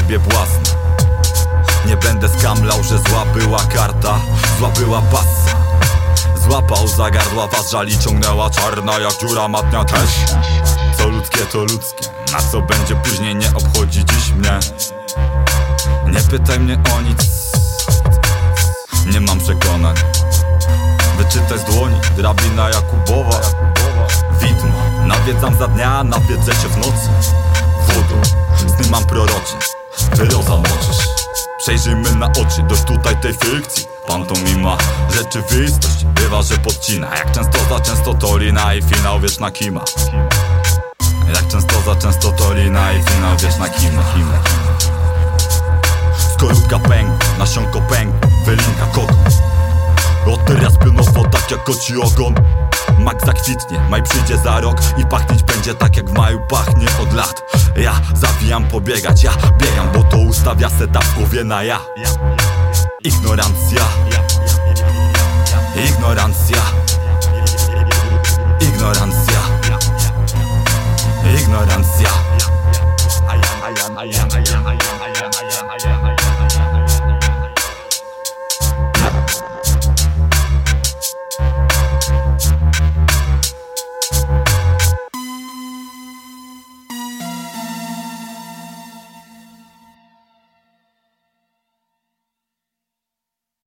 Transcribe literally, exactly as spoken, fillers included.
siebie własne. Nie będę skamlał, że zła była karta, zła była passa. Złapał za gardła was żal i ciągnęła czarna jak dziura matnia też. Co ludzkie to ludzkie, na co będzie później nie obchodzi dziś mnie. Nie pytaj mnie o nic, nie mam przekonań. Wyczytaj z dłoni, drabina Jakubowa. Widmo, nawiedzam za dnia, nawiedzę się w nocy. Wodą, sny mam prorocze, ty ją zamoczysz. Przejrzyjmy na oczy, dość tutaj tej fikcji. Pantomima, rzeczywistość bywa, że podcina. Jak często za często to lina i finał wieczna kima. Jak często za często to lina i finał wieczna kima. Skorupka pęk, nasionko pęk, wylinka kok. Od teraz pionowo tak jak koci ogon. Mak zakwitnie, maj przyjdzie za rok i pachnieć będzie tak jak w maju pachnie od lat. Ja zawijam pobiegać, ja biegam, bo to ustawia seta w głowie na ja. Ignorancja